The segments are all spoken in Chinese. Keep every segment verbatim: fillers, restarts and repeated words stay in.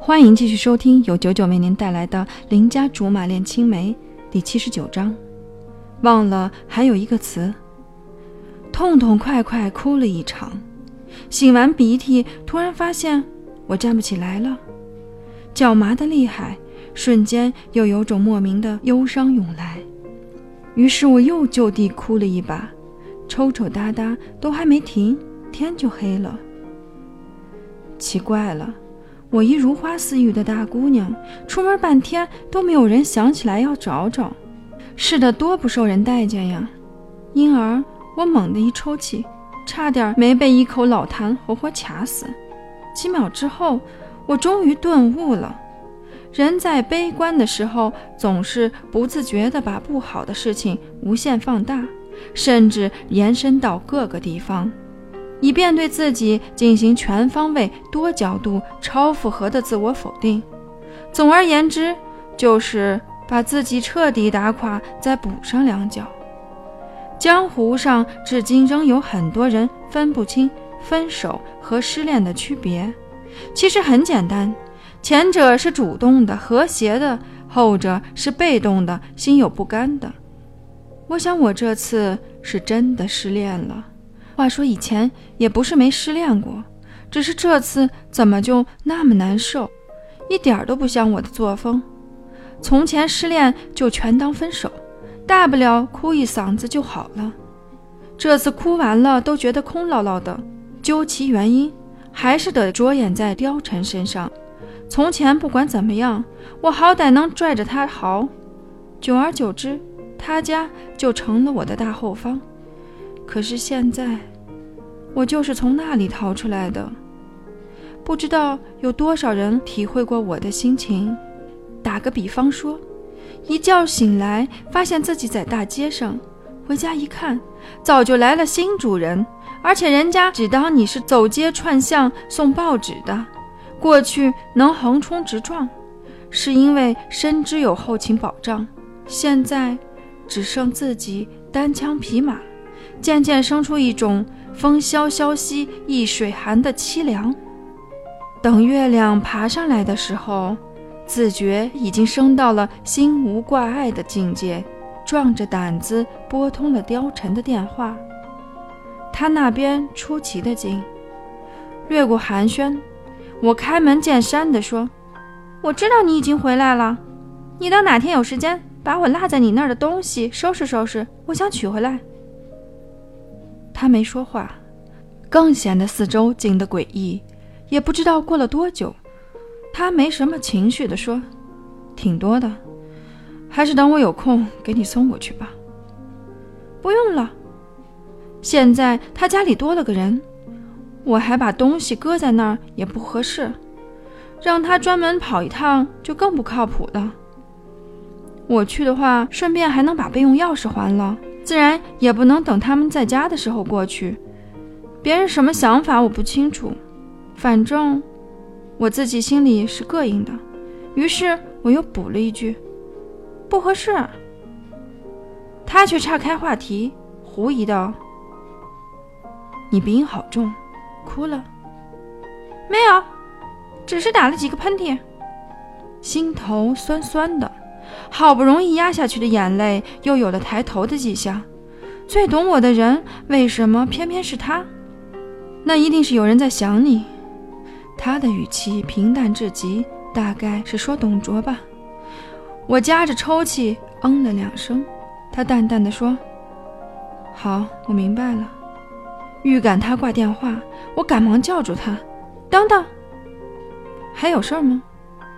欢迎继续收听由九九为您带来的《邻家竹马恋青梅》第七十九章。忘了还有一个词，痛痛快快哭了一场，擤完鼻涕，突然发现我站不起来了，脚麻得厉害，瞬间又有种莫名的忧伤涌来。于是我又就地哭了一把，抽抽搭搭都还没停，天就黑了。奇怪了，我一如花似玉的大姑娘，出门半天都没有人想起来要找找，是的多不受人待见呀。因而我猛地一抽泣，差点没被一口老痰活活卡死。几秒之后，我终于顿悟了，人在悲观的时候，总是不自觉地把不好的事情无限放大，甚至延伸到各个地方，以便对自己进行全方位、多角度、超负荷的自我否定。总而言之，就是把自己彻底打垮，再补上两脚。江湖上至今仍有很多人分不清分手和失恋的区别。其实很简单，前者是主动的、和谐的，后者是被动的、心有不甘的。我想我这次是真的失恋了。话说以前也不是没失恋过，只是这次怎么就那么难受，一点都不像我的作风。从前失恋就全当分手，大不了哭一嗓子就好了。这次哭完了都觉得空落落的，究其原因，还是得着眼在貂蝉身上。从前不管怎么样，我好歹能拽着他嚎，久而久之，他家就成了我的大后方。可是现在，我就是从那里逃出来的。不知道有多少人体会过我的心情。打个比方说，一觉醒来，发现自己在大街上，回家一看，早就来了新主人，而且人家只当你是走街串巷送报纸的，过去能横冲直撞，是因为深知有后勤保障。现在只剩自己单枪匹马，渐渐生出一种风萧萧兮易水寒的凄凉。等月亮爬上来的时候，自觉已经升到了心无挂碍的境界，壮着胆子拨通了貂蝉的电话。他那边出奇的近，略过寒暄，我开门见山地说：我知道你已经回来了，你等哪天有时间把我落在你那儿的东西收拾收拾，我想取回来。他没说话，更显得四周静得诡异。也不知道过了多久，他没什么情绪地说：挺多的，还是等我有空给你送过去吧。不用了，现在他家里多了个人，我还把东西搁在那儿也不合适，让他专门跑一趟就更不靠谱了。我去的话，顺便还能把备用钥匙还了，自然也不能等他们在家的时候过去。别人什么想法我不清楚，反正我自己心里是膈应的。于是我又补了一句：不合适。他却岔开话题，狐疑道：你鼻音好重，哭了？没有，只是打了几个喷嚏。心头酸酸的，好不容易压下去的眼泪又有了抬头的迹象。最懂我的人，为什么偏偏是他？那一定是有人在想你。他的语气平淡至极，大概是说董卓吧。我夹着抽泣嗯了两声，他淡淡地说：好，我明白了。预感他挂电话，我赶忙叫住他：等等，还有事儿吗？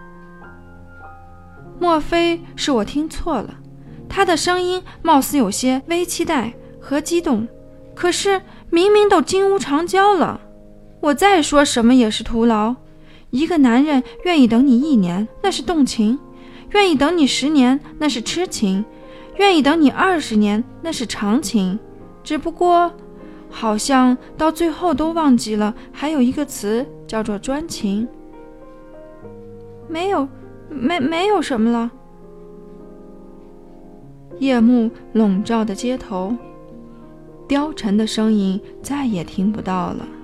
莫非是我听错了？他的声音貌似有些微期待和激动，可是明明都金屋藏娇了。我再说什么也是徒劳。一个男人愿意等你一年，那是动情；愿意等你十年，那是痴情；愿意等你二十年，那是长情。只不过好像到最后都忘记了还有一个词叫做专情。没有没没有什么了。夜幕笼罩的街头，貂蝉的声音再也听不到了。